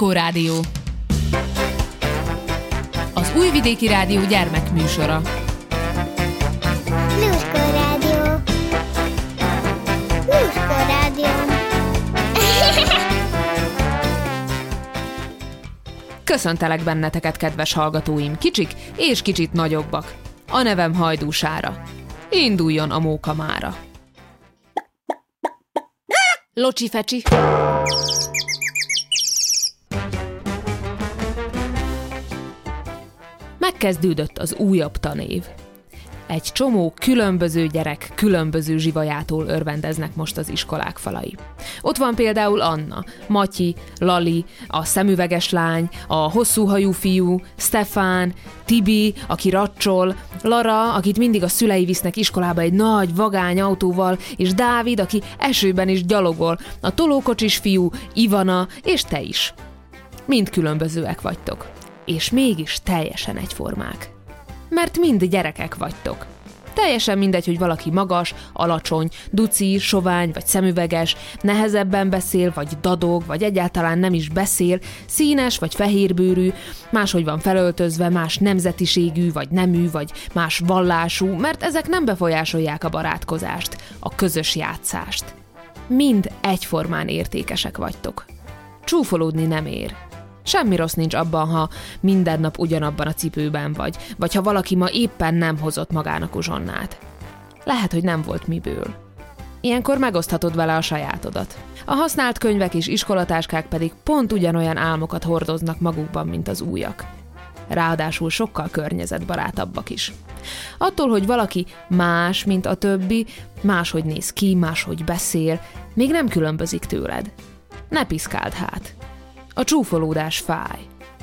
Lluskó Rádió. Az Újvidéki Rádió gyermekműsora. Lluskó Rádió. Lluskó Rádió. Köszöntelek benneteket, kedves hallgatóim, kicsik és kicsit nagyobbak. A nevem Hajdú Sára. Induljon a móka mára. Locsi fecsi. Megkezdődött az újabb tanév. Egy csomó különböző gyerek különböző zsivajától örvendeznek most az iskolák falai. Ott van például Anna, Matyi, Lali, a szemüveges lány, a hosszúhajú fiú, Stefán, Tibi, aki racsol, Lara, akit mindig a szülei visznek iskolába egy nagy vagány autóval, és Dávid, aki esőben is gyalogol, a tolókocsis fiú, Ivana, és te is. Mind különbözőek vagytok, és mégis teljesen egyformák. Mert mind gyerekek vagytok. Teljesen mindegy, hogy valaki magas, alacsony, duci, sovány vagy szemüveges, nehezebben beszél, vagy dadog, vagy egyáltalán nem is beszél, színes vagy fehérbőrű, máshogy van felöltözve, más nemzetiségű, vagy nemű, vagy más vallású, mert ezek nem befolyásolják a barátkozást, a közös játszást. Mind egyformán értékesek vagytok. Csúfolódni nem ér. Semmi rossz nincs abban, ha minden nap ugyanabban a cipőben vagy ha valaki ma éppen nem hozott magának uzsonnát. Lehet, hogy nem volt miből. Ilyenkor megoszthatod vele a sajátodat. A használt könyvek és iskolatáskák pedig pont ugyanolyan álmokat hordoznak magukban, mint az újak. Ráadásul sokkal környezetbarátabbak is. Attól, hogy valaki más, mint a többi, máshogy néz ki, máshogy beszél, még nem különbözik tőled. Ne piszkáld hát. A csúfolódás fáj.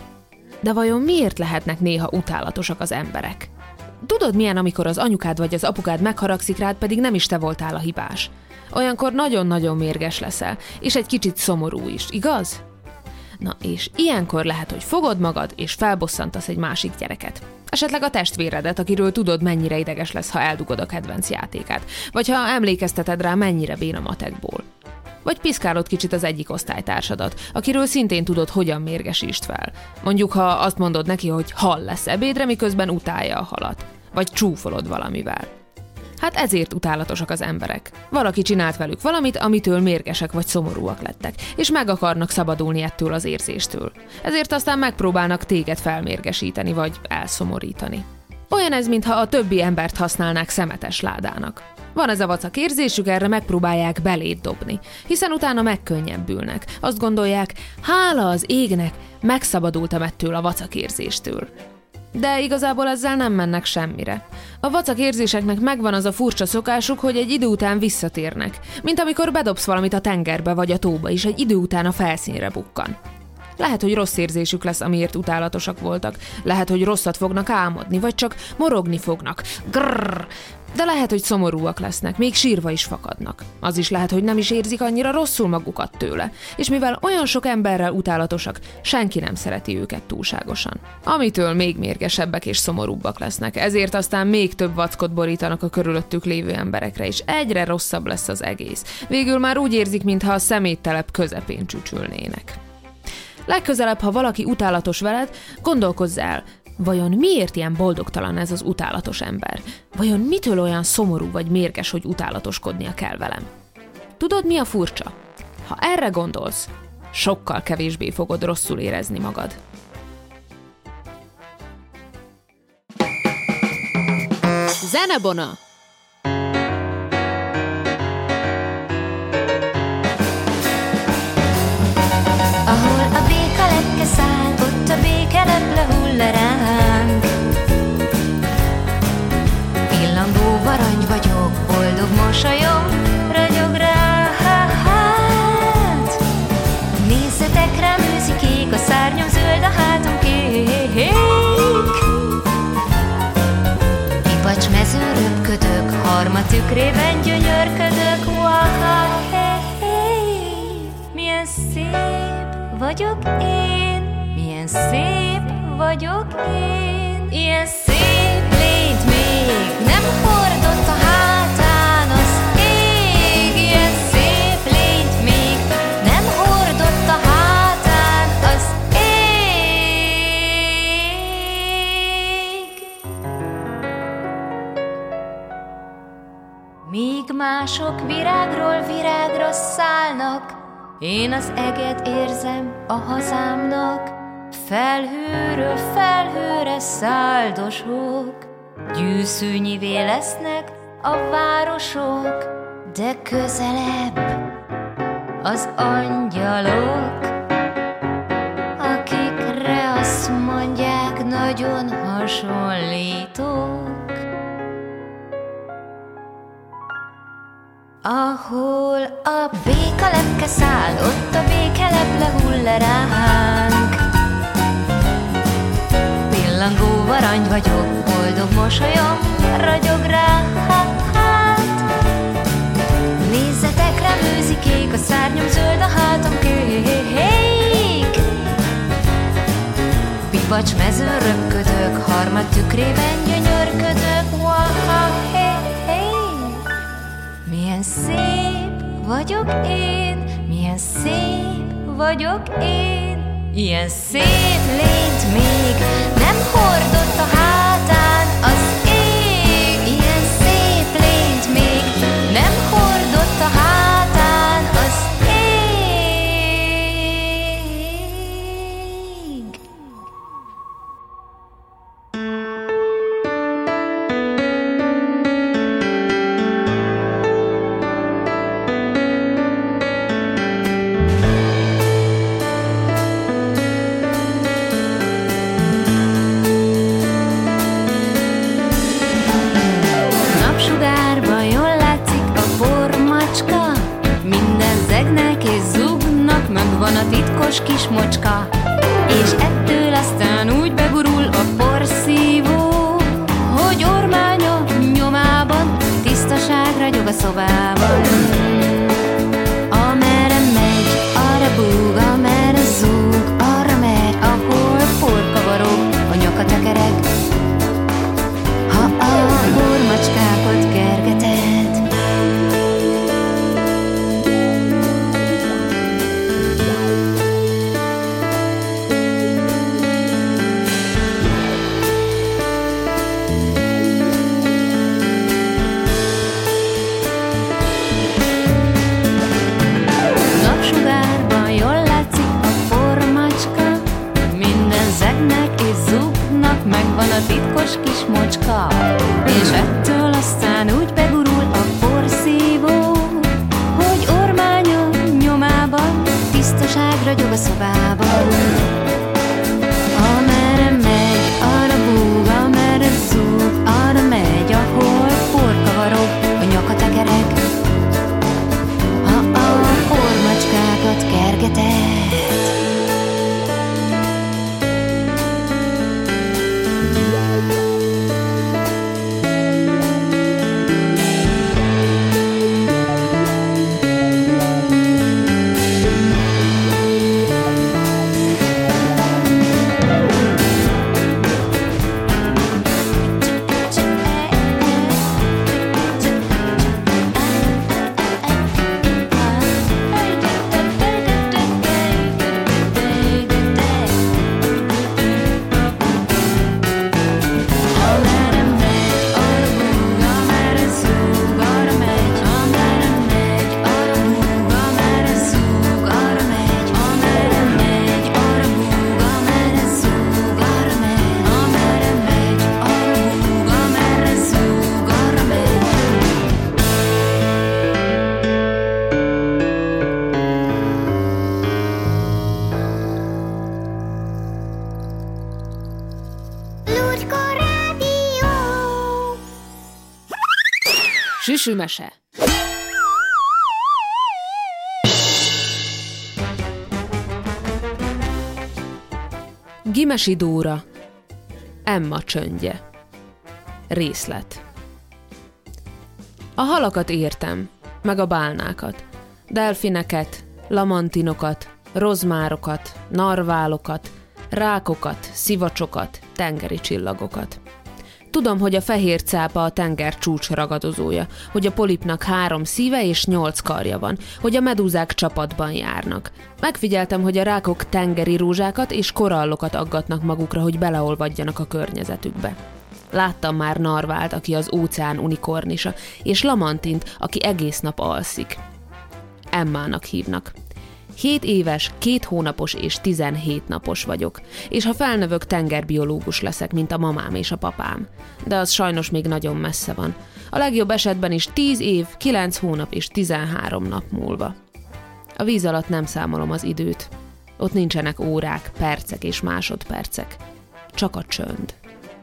De vajon miért lehetnek néha utálatosak az emberek? Tudod, milyen, amikor az anyukád vagy az apukád megharagszik rád, pedig nem is te voltál a hibás? Olyankor nagyon-nagyon mérges leszel, és egy kicsit szomorú is, igaz? Na, és ilyenkor lehet, hogy fogod magad, és felbosszantasz egy másik gyereket. Esetleg a testvéredet, akiről tudod, mennyire ideges lesz, ha eldugod a kedvenc játékát, vagy ha emlékezteted rá, mennyire bén a matekból. Vagy piszkálod kicsit az egyik osztálytársadat, akiről szintén tudod, hogyan mérgesítsd fel. Mondjuk, ha azt mondod neki, hogy hal lesz ebédre, miközben utálja a halat. Vagy csúfolod valamivel. Hát ezért utálatosak az emberek. Valaki csinált velük valamit, amitől mérgesek vagy szomorúak lettek, és meg akarnak szabadulni ettől az érzéstől. Ezért aztán megpróbálnak téged felmérgesíteni vagy elszomorítani. Olyan ez, mintha a többi embert használnák szemetes ládának. Van ez a vacak érzésük, erre megpróbálják beléd dobni, hiszen utána megkönnyebbülnek. Azt gondolják, hála az égnek, megszabadultam ettől a vacak érzéstől. De igazából ezzel nem mennek semmire. A vacak érzéseknek megvan az a furcsa szokásuk, hogy egy idő után visszatérnek, mint amikor bedobsz valamit a tengerbe vagy a tóba, és egy idő után a felszínre bukkan. Lehet, hogy rossz érzésük lesz, amiért utálatosak voltak. Lehet, hogy rosszat fognak álmodni, vagy csak morogni fognak. Grrr! De lehet, hogy szomorúak lesznek, még sírva is fakadnak. Az is lehet, hogy nem is érzik annyira rosszul magukat tőle. És mivel olyan sok emberrel utálatosak, senki nem szereti őket túlságosan. Amitől még mérgesebbek és szomorúbbak lesznek, ezért aztán még több vackot borítanak a körülöttük lévő emberekre, és egyre rosszabb lesz az egész. Végül már úgy érzik, mintha a szeméttelep közepén csücsülnének. Legközelebb, ha valaki utálatos veled, gondolkozz el, vajon miért ilyen boldogtalan ez az utálatos ember? Vajon mitől olyan szomorú vagy mérges, hogy utálatoskodnia kell velem? Tudod, mi a furcsa? Ha erre gondolsz, sokkal kevésbé fogod rosszul érezni magad. Zenebona! Ahol a béka lepke száll, ott a békeleple hull ránk. Pillangó varangy vagyok, boldog mosolyom ragyog rá. Nézzetek rám, őszikék, a szárnyom zöld, a hátam kék. Ipacsmezőn röpködök, harma tükrében gyönyörködök. Milyen szép vagyok én, milyen szép vagyok én. Ilyen szép lényt még nem hordott a hátán az ég. Ilyen szép lényt még nem hordott a hátán az Mások virágról virágra szállnak, én az eget érzem a hazámnak. Felhőről felhőre száldosok, gyűszűnyivé lesznek a városok, de közelebb az angyalok, akikre azt mondják, nagyon hasonlítok. Ahol a békalepke száll, ott a békelep lehull ránk. Pillangó varangy vagyok, boldog mosolyom ragyog rá. Nézzetek rám, őzikék, a szárnyom zöld, a hátam kék. Pipacs mezőn röpködök, harmad tükrében gyönyörködök. Milyen szép vagyok én, milyen szép vagyok én. Ilyen szép lényt még nem hordott a hátán az ég. Ilyen szép lényt még nem hordott a hátán az ég. Van a titkos kis mocska, és ettől aztán úgy begurul a porszívó, hogy ormánya nyomában tisztaság ragyog a szobában. Amerre megy, arra búg, amerre zúg, arra megy, ahol porkavarog, a nyaka tekereg. Ha a pormacskákat kergeted, megvan a titkos kis mocska, és ettől aztán úgy begurul a porszívó, hogy ormánya nyomában tisztaság ragyog a szobában. Amerre megy, arra búg, amerre zúg, arra megy, ahol porkavarog, a nyaka tekereg. Ha a pormacskákat kergeted, Süsümese. Gimesi Dóra. Emma csöndje. Részlet. A halakat értem, meg a bálnákat, delfineket, lamantinokat, rozmárokat, narválokat, rákokat, szivacsokat, tengeri csillagokat. Tudom, hogy a fehér cápa a tenger csúcs ragadozója, hogy a polipnak 3 szíve és 8 karja van, hogy a medúzák csapatban járnak. Megfigyeltem, hogy a rákok tengeri rózsákat és korallokat aggatnak magukra, hogy beleolvadjanak a környezetükbe. Láttam már narvált, aki az óceán unikornisa, és lamantint, aki egész nap alszik. Emmának hívnak. 7 éves, 2 hónapos és 17 napos vagyok, és ha felnövök, tengerbiológus leszek, mint a mamám és a papám. De az sajnos még nagyon messze van. A legjobb esetben is 10 év, 9 hónap és 13 nap múlva. A víz alatt nem számolom az időt. Ott nincsenek órák, percek és másodpercek. Csak a csönd.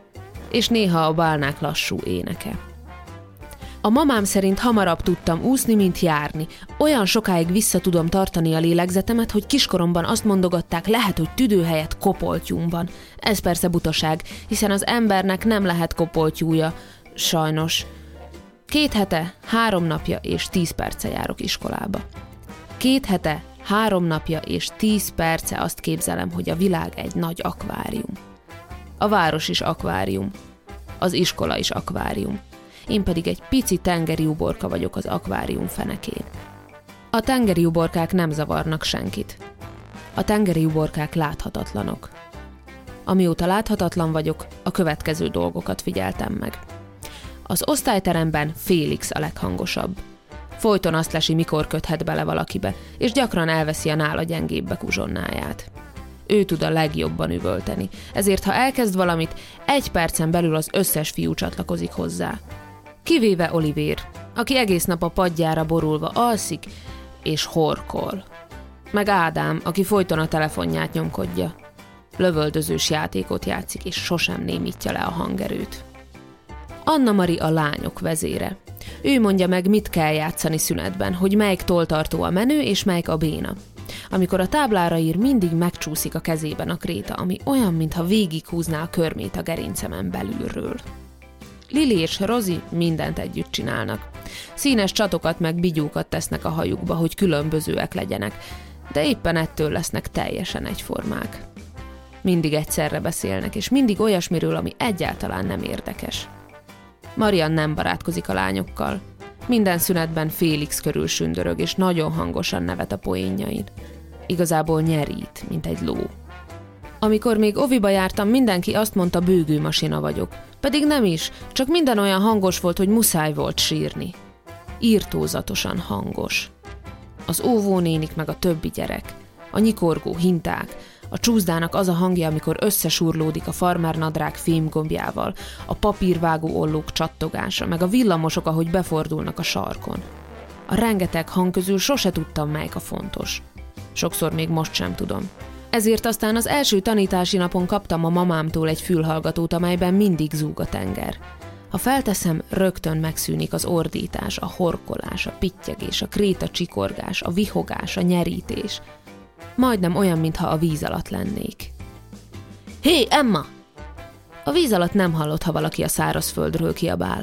És néha a bálnák lassú éneke. A mamám szerint hamarabb tudtam úszni, mint járni. Olyan sokáig vissza tudom tartani a lélegzetemet, hogy kiskoromban azt mondogatták, lehet, hogy tüdő helyett kopoltyúm van. Ez persze butaság, hiszen az embernek nem lehet kopoltyúja. Sajnos. 2 hete, 3 napja és 10 perce járok iskolába. 2 hete, 3 napja és 10 perce azt képzelem, hogy a világ egy nagy akvárium. A város is akvárium. Az iskola is akvárium. Én pedig egy pici tengeri uborka vagyok az akvárium fenekén. A tengeri uborkák nem zavarnak senkit. A tengeri uborkák láthatatlanok. Amióta láthatatlan vagyok, a következő dolgokat figyeltem meg. Az osztályteremben Félix a leghangosabb. Folyton azt lesi, mikor köthet bele valakibe, és gyakran elveszi a nála gyengébbek uzsonnáját. Ő tud a legjobban üvölteni, ezért ha elkezd valamit, 1 percen belül az összes fiú csatlakozik hozzá. Kivéve Olivér, aki egész nap a padjára borulva alszik és horkol. Meg Ádám, aki folyton a telefonját nyomkodja. Lövöldözős játékot játszik, és sosem némítja le a hangerőt. Anna-Mari a lányok vezére. Ő mondja meg, mit kell játszani szünetben, hogy melyik tolltartó a menő és melyik a béna. Amikor a táblára ír, mindig megcsúszik a kezében a kréta, ami olyan, mintha végighúzná a körmét a gerincemen belülről. Lili és Rozi mindent együtt csinálnak. Színes csatokat meg bigyókat tesznek a hajukba, hogy különbözőek legyenek, de éppen ettől lesznek teljesen egyformák. Mindig egyszerre beszélnek, és mindig olyasmiről, ami egyáltalán nem érdekes. Marian nem barátkozik a lányokkal. Minden szünetben Félix körül sündörög, és nagyon hangosan nevet a poénjain. Igazából nyerít, mint egy ló. Amikor még oviba jártam, mindenki azt mondta, bőgőmasina vagyok. Pedig nem is, csak minden olyan hangos volt, hogy muszáj volt sírni. Írtózatosan hangos. Az óvónénik meg a többi gyerek. A nyikorgó hinták. A csúszdának az a hangja, amikor összesurlódik a farmernadrág fémgombjával, a papírvágó ollók csattogása, meg a villamosok, ahogy befordulnak a sarkon. A rengeteg hang közül sose tudtam, melyik a fontos. Sokszor még most sem tudom. Ezért aztán az első tanítási napon kaptam a mamámtól egy fülhallgatót, amelyben mindig zúg a tenger. Ha felteszem, rögtön megszűnik az ordítás, a horkolás, a pittyegés, a kréta csikorgás, a vihogás, a nyerítés. Majdnem olyan, mintha a víz alatt lennék. Hé, Emma! A víz alatt nem hallott, ha valaki a szárazföldről kiabál.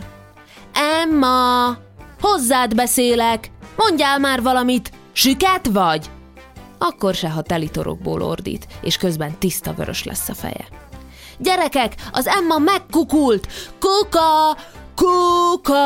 Emma! Hozzád beszélek! Mondjál már valamit! Süket vagy? Akkor se, ha telitorokból ordít, és közben tiszta vörös lesz a feje. Gyerekek, az Emma megkukult! Kuka! Kuka!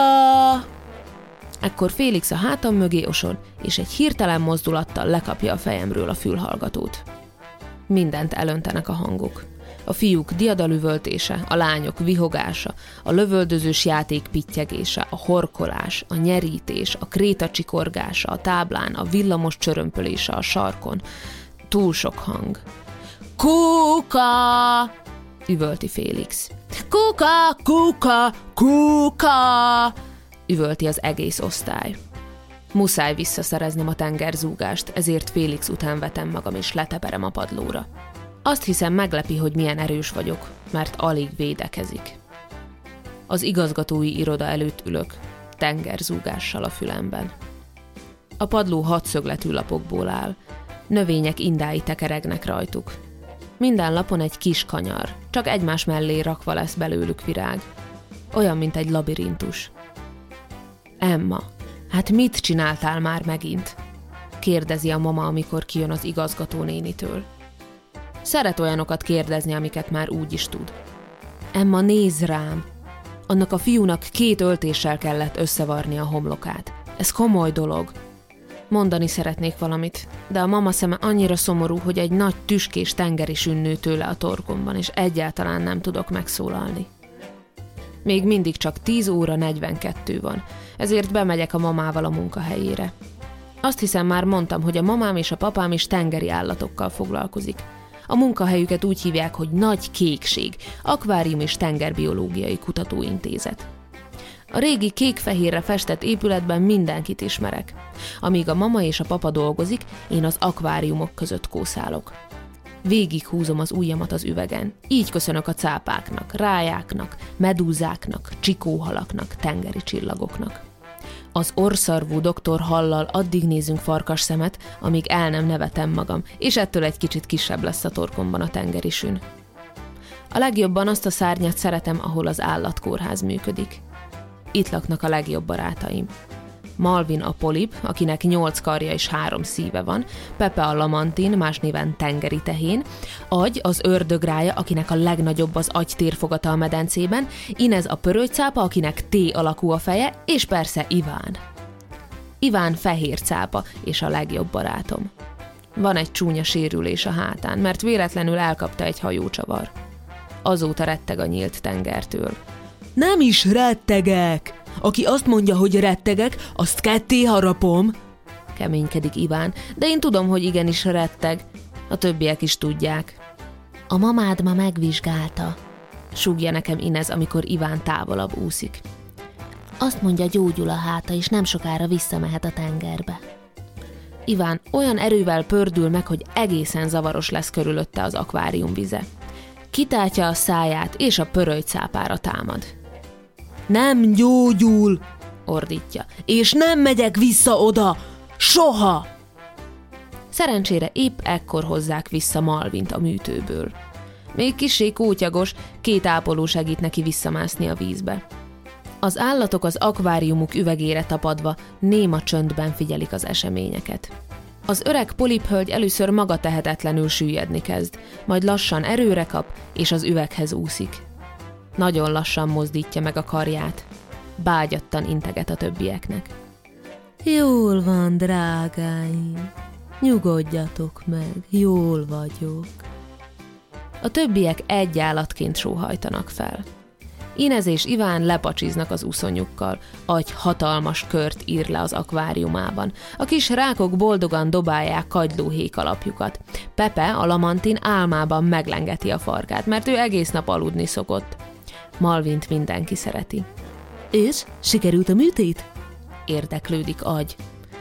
Ekkor Félix a hátam mögé osor, és egy hirtelen mozdulattal lekapja a fejemről a fülhallgatót. Mindent elöntenek a hangok. A fiúk diadalüvöltése, a lányok vihogása, a lövöldözős játék pittyegése, a horkolás, a nyerítés, a kréta csikorgása, a táblán, a villamos csörömpölése a sarkon. Túl sok hang. Kuka! Üvölti Félix. Kuka! Kuka! Kuka! Üvölti az egész osztály. Muszáj visszaszereznem a tengerzúgást, ezért Félix után vetem magam és leteperem a padlóra. Azt hiszem, meglepi, hogy milyen erős vagyok, mert alig védekezik. Az igazgatói iroda előtt ülök, tengerzúgással a fülemben. A padló 6 szögletű lapokból áll, növények indái tekeregnek rajtuk. Minden lapon egy kis kanyar, csak egymás mellé rakva lesz belőlük virág. Olyan, mint egy labirintus. Emma, hát mit csináltál már megint? Kérdezi a mama, amikor kijön az igazgatónénitől. Szeret olyanokat kérdezni, amiket már úgy is tud. Emma, nézz rám! Annak a fiúnak 2 öltéssel kellett összevarni a homlokát. Ez komoly dolog. Mondani szeretnék valamit, de a mama szeme annyira szomorú, hogy egy nagy tüskés tengeri sünnő tőle a torkomban, és egyáltalán nem tudok megszólalni. Még mindig csak 10 óra 42 van, ezért bemegyek a mamával a munkahelyére. Azt hiszem, már mondtam, hogy a mamám és a papám is tengeri állatokkal foglalkozik. A munkahelyüket úgy hívják, hogy Nagy Kékség, Akvárium és Tengerbiológiai Kutatóintézet. A régi kék-fehérre festett épületben mindenkit ismerek. Amíg a mama és a papa dolgozik, én az akváriumok között kószálok. Végig húzom az ujjamat az üvegen. Így köszönök a cápáknak, rájáknak, medúzáknak, csikóhalaknak, tengeri csillagoknak. Az orrszarvú doktor Hallal addig nézünk farkasszemet, amíg el nem nevetem magam, és ettől egy kicsit kisebb lesz a torkomban a tengerisün. A legjobban azt a szárnyat szeretem, ahol az állatkórház működik. Itt laknak a legjobb barátaim. Malvin a polip, akinek 8 karja és 3 szíve van, Pepe a lamantin, más néven tengeri tehén, Agy az ördögrája, akinek a legnagyobb az agytérfogata a medencében, Inez a pörölycápa, akinek T alakú a feje, és persze Iván. Iván fehér cápa, és a legjobb barátom. Van egy csúnya sérülés a hátán, mert véletlenül elkapta egy hajócsavar. Azóta retteg a nyílt tengertől. Nem is rettegek! Aki azt mondja, hogy rettegek, azt ketté harapom. Keménykedik Iván, de én tudom, hogy igenis retteg. A többiek is tudják. A mamád ma megvizsgálta, súgja nekem Inez, amikor Iván távolabb úszik. Azt mondja, gyógyul a háta, és nem sokára visszamehet a tengerbe. Iván olyan erővel pördül meg, hogy egészen zavaros lesz körülötte az akvárium vize. Kitátja a száját, és a pörölycápára támad. Nem gyógyul, ordítja. És nem megyek vissza oda. Soha! Szerencsére épp ekkor hozzák vissza Malvint a műtőből. Még kissé kótyagos, 2 ápoló segít neki visszamászni a vízbe. Az állatok az akváriumuk üvegére tapadva néma csöndben figyelik az eseményeket. Az öreg poliphölgy először maga tehetetlenül süllyedni kezd, majd lassan erőre kap, és az üveghez úszik. Nagyon lassan mozdítja meg a karját. Bágyattan integet a többieknek. Jól van, drágáim. Nyugodjatok meg, jól vagyok. A többiek egy állatként sóhajtanak fel. Inez és Iván lepacsiznak az úszonyukkal, Agy hatalmas kört ír le az akváriumában. A kis rákok boldogan dobálják kagylóhék alapjukat. Pepe, a lamantin álmában meglengeti a farkát, mert ő egész nap aludni szokott. Malvint mindenki szereti. És? Sikerült a műtét? Érdeklődik Agy.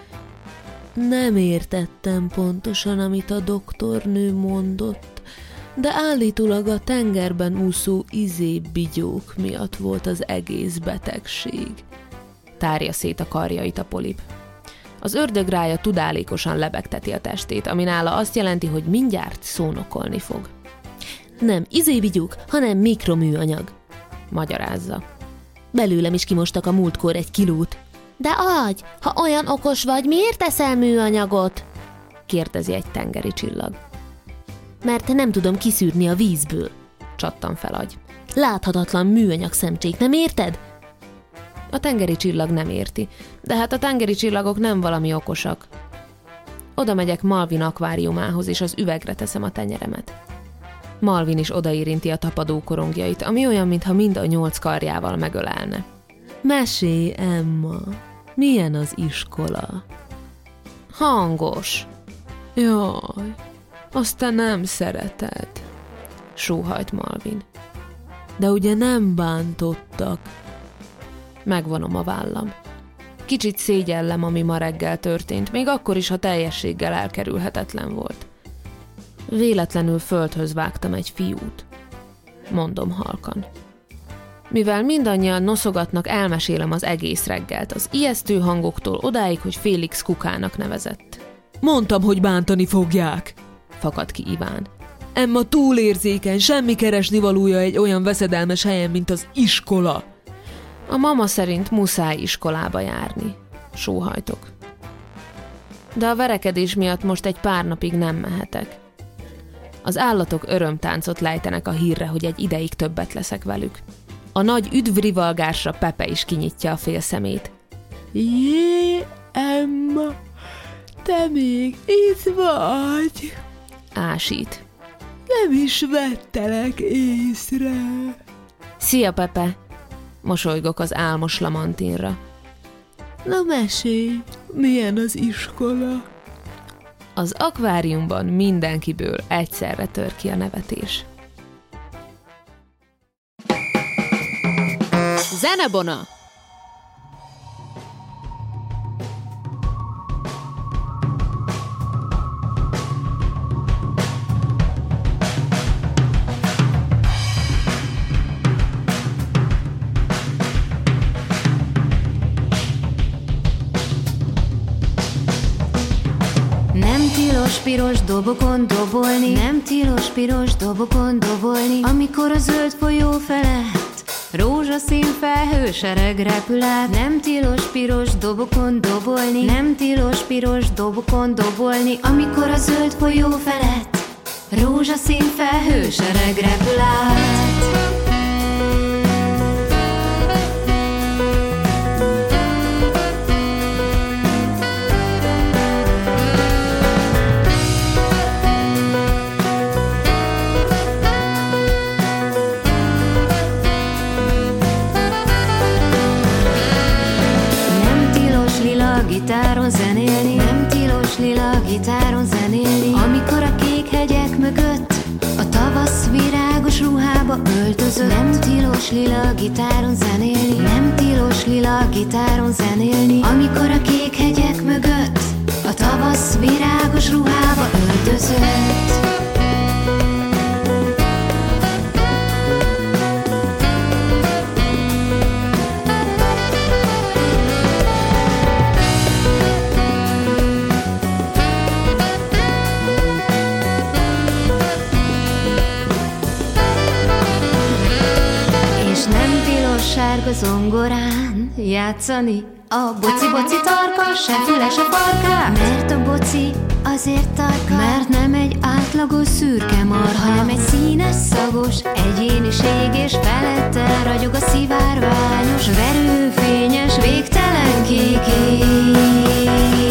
Nem értettem pontosan, amit a doktornő mondott, de állítólag a tengerben úszó izébigyók miatt volt az egész betegség. Tárja szét a karjait a polip. Az ördögrája tudálékosan lebegteti a testét, ami nála azt jelenti, hogy mindjárt szónokolni fog. Nem izébigyók, hanem mikroműanyag, magyarázza. Belőlem is kimostak a múltkor 1 kilót. De Agy, ha olyan okos vagy, miért teszel műanyagot? Kérdezi egy tengeri csillag. Mert nem tudom kiszűrni a vízből, csattan fel Agy. Láthatatlan műanyag szemcsék, nem érted? A tengeri csillag nem érti, de hát a tengeri csillagok nem valami okosak. Oda megyek Malvin akváriumához, és az üvegre teszem a tenyeremet. Malvin is odaérinti a tapadó korongjait, ami olyan, mintha mind a 8 karjával megölelne. Mesélj, Emma, milyen az iskola? Hangos. Jaj, azt te nem szereted, sóhajt Malvin. De ugye nem bántottak? Megvonom a vállam. Kicsit szégyellem, ami ma reggel történt, még akkor is, ha teljességgel elkerülhetetlen volt. Véletlenül földhöz vágtam egy fiút. Mondom halkan. Mivel mindannyian noszogatnak, elmesélem az egész reggelt, az ijesztő hangoktól odáig, hogy Félix kukának nevezett. Mondtam, hogy bántani fogják, fakad ki Iván. Emma túlérzékeny, semmi keresnivalója egy olyan veszedelmes helyen, mint az iskola. A mama szerint muszáj iskolába járni, sóhajtok. De a verekedés miatt most egy pár napig nem mehetek. Az állatok örömtáncot lejtenek a hírre, hogy egy ideig többet leszek velük. A nagy üdvrivalgásra Pepe is kinyitja a fél szemét. Jé, Emma, te még itt vagy? Ásít. Nem is vettelek észre. Szia, Pepe! Mosolygok az álmos Lamantinra. Na mesélj, milyen az iskola? Az akváriumban mindenkiből egyszerre tör ki a nevetés. Zenebona! Nem tilos piros dobokon dobolni, nem tilos piros dobokon dobolni, amikor a zöld folyó felett rózsaszín felhősereg repül át. Nem tilos piros dobokon dobolni, nem tilos piros dobokon dobolni, amikor a zöld folyó felett rózsaszín felhősereg repül át. Gitáron zenélni, nem tilos lila gitáron zenélni, amikor a kék hegyek mögött a tavasz virágos ruhába öltözött. Nem tilos lila gitáron zenélni, nem tilos lila gitáron zenélni, amikor a kék hegyek mögött a tavasz virágos ruhába öltözött. Sárga zongorán játszani a boci-boci tarka, se füle, se farká. Mert a boci azért tarka, mert nem egy átlagos szürke marha, hanem egy színes, szagos egyéniség, és felette ragyog a szivárványos, verőfényes, végtelen kék ég.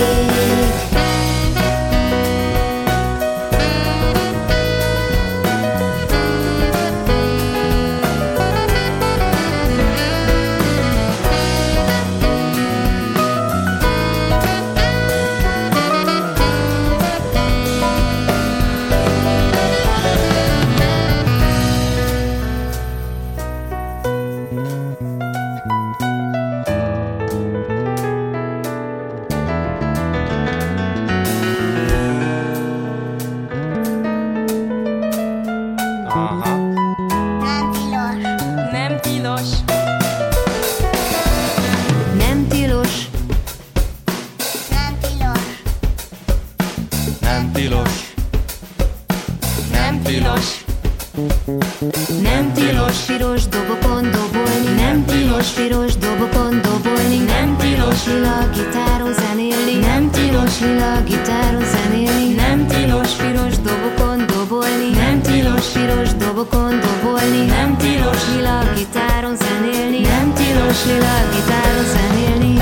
Nem tilos piros dobokon dobolni, nem tilos piros dobokon dobolni, nem tilos lila gitáron zenélni, nem tilos lila gitáron zenélni, nem tilos piros dobokon dobolni, nem tilos piros dobokon dobolni, nem tilos lila gitáron zenélni, nem tilos lila gitáron zenélni.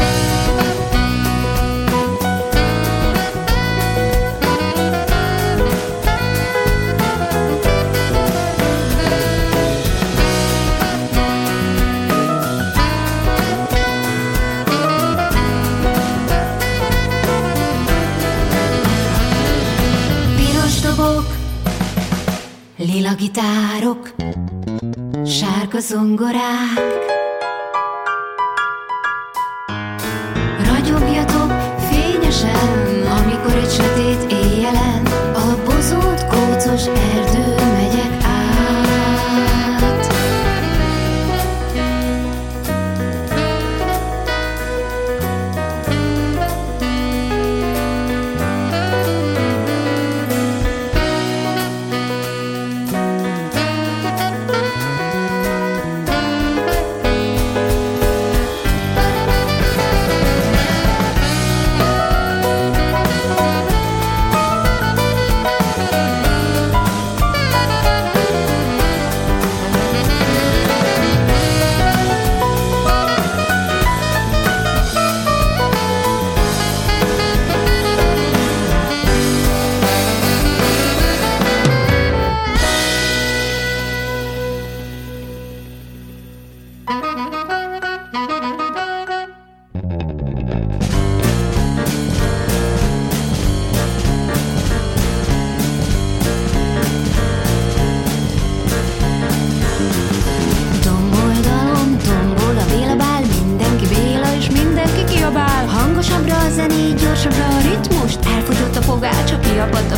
Lila gitárok, sárga zongorák, ragyogjatok fényesen, amikor egy sötét éjjelen a bozót kócos erdő megyek át.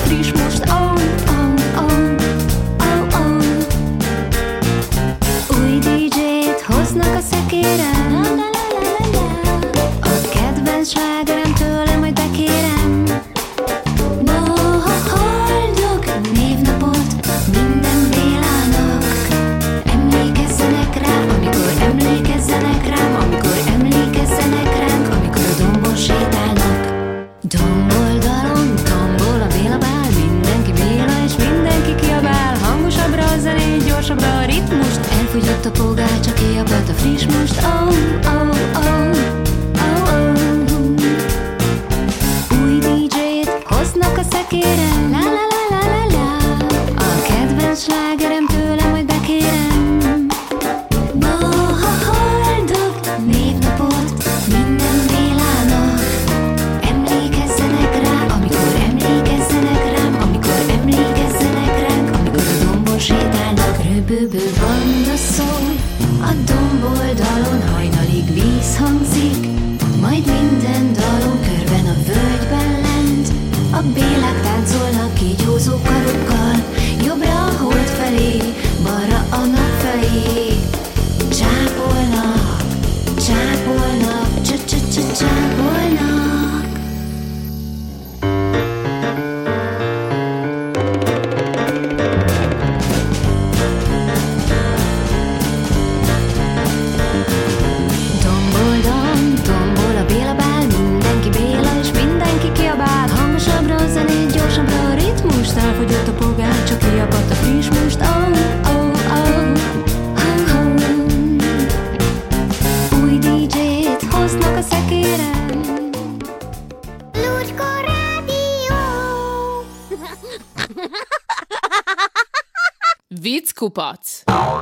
friss most, oh, oh, oh, oh, oh. Új DJ-t hoznak a szekérem, a kedvenc slágerem tőle majd bekérem. Boldog névnapot minden Bélának, emlékezzenek rám, amikor emlékezzenek rám, amikor emlékezzenek ránk, amikor a dombon sétálnak. Domboldalon tombol a Béla bál, mindenki Béla és mindenki kiabál. Hangosabbra a zenét, gyorsabbra a ritmust, elfogyott a polgár, csak kiabált a friss most, oh, oh, oh, oh, oh. Új DJ-t hoznak a szekérem, la la la la la la, a kedvenc slágerem tőle majd bekérem. Boldog névnapot minden Bélának, emlékezzenek rá, amikor emlékezzenek rám, amikor emlékezzenek ránk, amikor a dombon sétálnak. Röböbö banda szól, a domboldalon hajnalig víz hangzik, majd minden dalon körben a völgyben lent. A Bélák táncolnak kígyózó karokkal, jobbra a hold felé, balra a nap felé. Csápolnak, csápolnak, csápolnak. Domboldon tombol a Béla bál, mindenki Béla és mindenki kiabál. Hangosabbra a zenét, gyorsabbra a ritmust, elfogyott a polgár, csak kiapadt a friss most, oh, oh, oh, oh, oh. Új DJ-t hoznak a szekérem. Lurko Rádió! Vicckupac!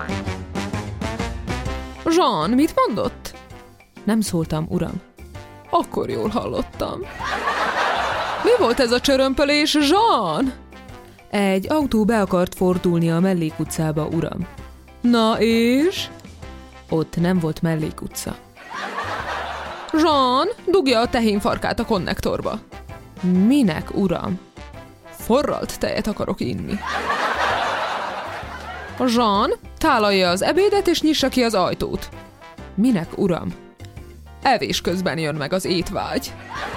Jean, mit mondott? Nem szóltam, uram. Akkor jól hallottam. Mi volt ez a csörömpölés, Jean? Egy autó be akart fordulni a mellékutcába, uram. Na és? Ott nem volt mellékutca. Jean, dugja a tehénfarkát a konnektorba. Minek, uram? Forralt tejet akarok inni. Jean, tálalja az ebédet és nyissa ki az ajtót. Minek, uram? Evés közben jön meg az étvágy.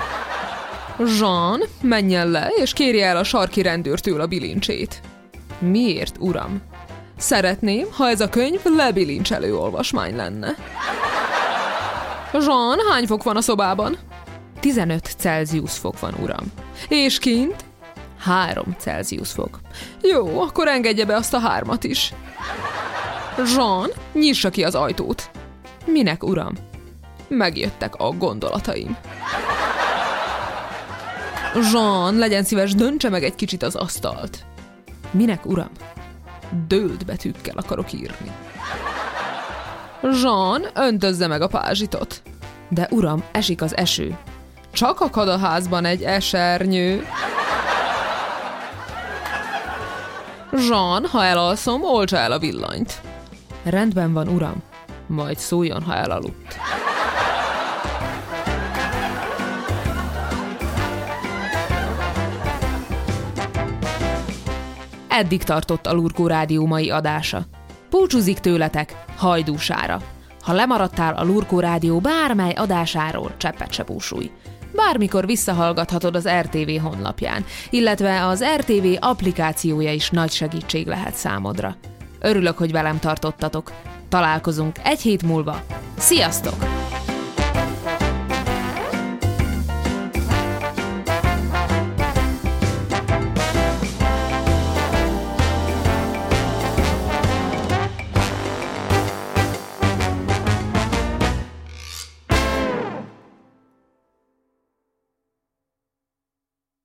Jean, menjen le és kérje el a sarki rendőrtől a bilincsét. Miért, uram? Szeretném, ha ez a könyv lebilincselő olvasmány lenne. Jean, hány fok van a szobában? 15 Celsius fok van, uram. És kint? 3 Celsius fok. Jó, akkor engedje be azt a 3-at is. Jean, nyissa ki az ajtót. Minek, uram? Megjöttek a gondolataim. Jean, legyen szíves, döntse meg egy kicsit az asztalt. Minek, uram? Dőlt betűkkel akarok írni. Jean, öntözze meg a pázsitot. De uram, esik az eső. Csak akad a házban egy esernyő. Jean, ha elalszom, oltsa el a villanyt. Rendben van, uram. Majd szóljon, ha elaludt. Eddig tartott a Lurkó Rádió mai adása. Búcsúzik tőletek Hajdúsára. Ha lemaradtál a Lurkó Rádió bármely adásáról, cseppet se búsulj. Bármikor visszahallgathatod az RTV honlapján, illetve az RTV applikációja is nagy segítség lehet számodra. Örülök, hogy velem tartottatok. Találkozunk egy hét múlva. Sziasztok!